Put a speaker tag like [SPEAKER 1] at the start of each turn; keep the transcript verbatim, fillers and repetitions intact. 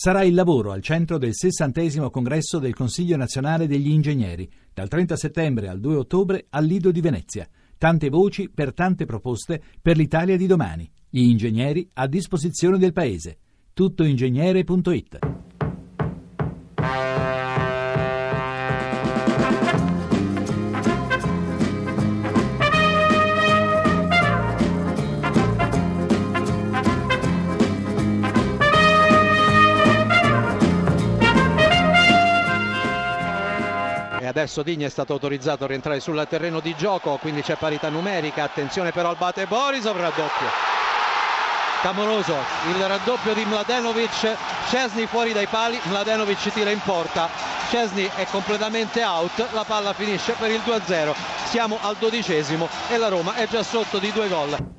[SPEAKER 1] Sarà il lavoro al centro del sessantesimo congresso del Consiglio Nazionale degli Ingegneri, dal trenta settembre al due ottobre al Lido di Venezia. Tante voci per tante proposte per l'Italia di domani. Gli ingegneri a disposizione del Paese. tuttoingegnere punto it.
[SPEAKER 2] Adesso Digna è stato autorizzato a rientrare sul terreno di gioco, quindi c'è parità numerica. Attenzione però al Bate Borisov, raddoppio clamoroso, il raddoppio di Mladenovic. Szczesny fuori dai pali, Mladenovic tira in porta, Szczesny è completamente out, la palla finisce per il due a zero. Siamo al dodicesimo e la Roma è già sotto di due gol.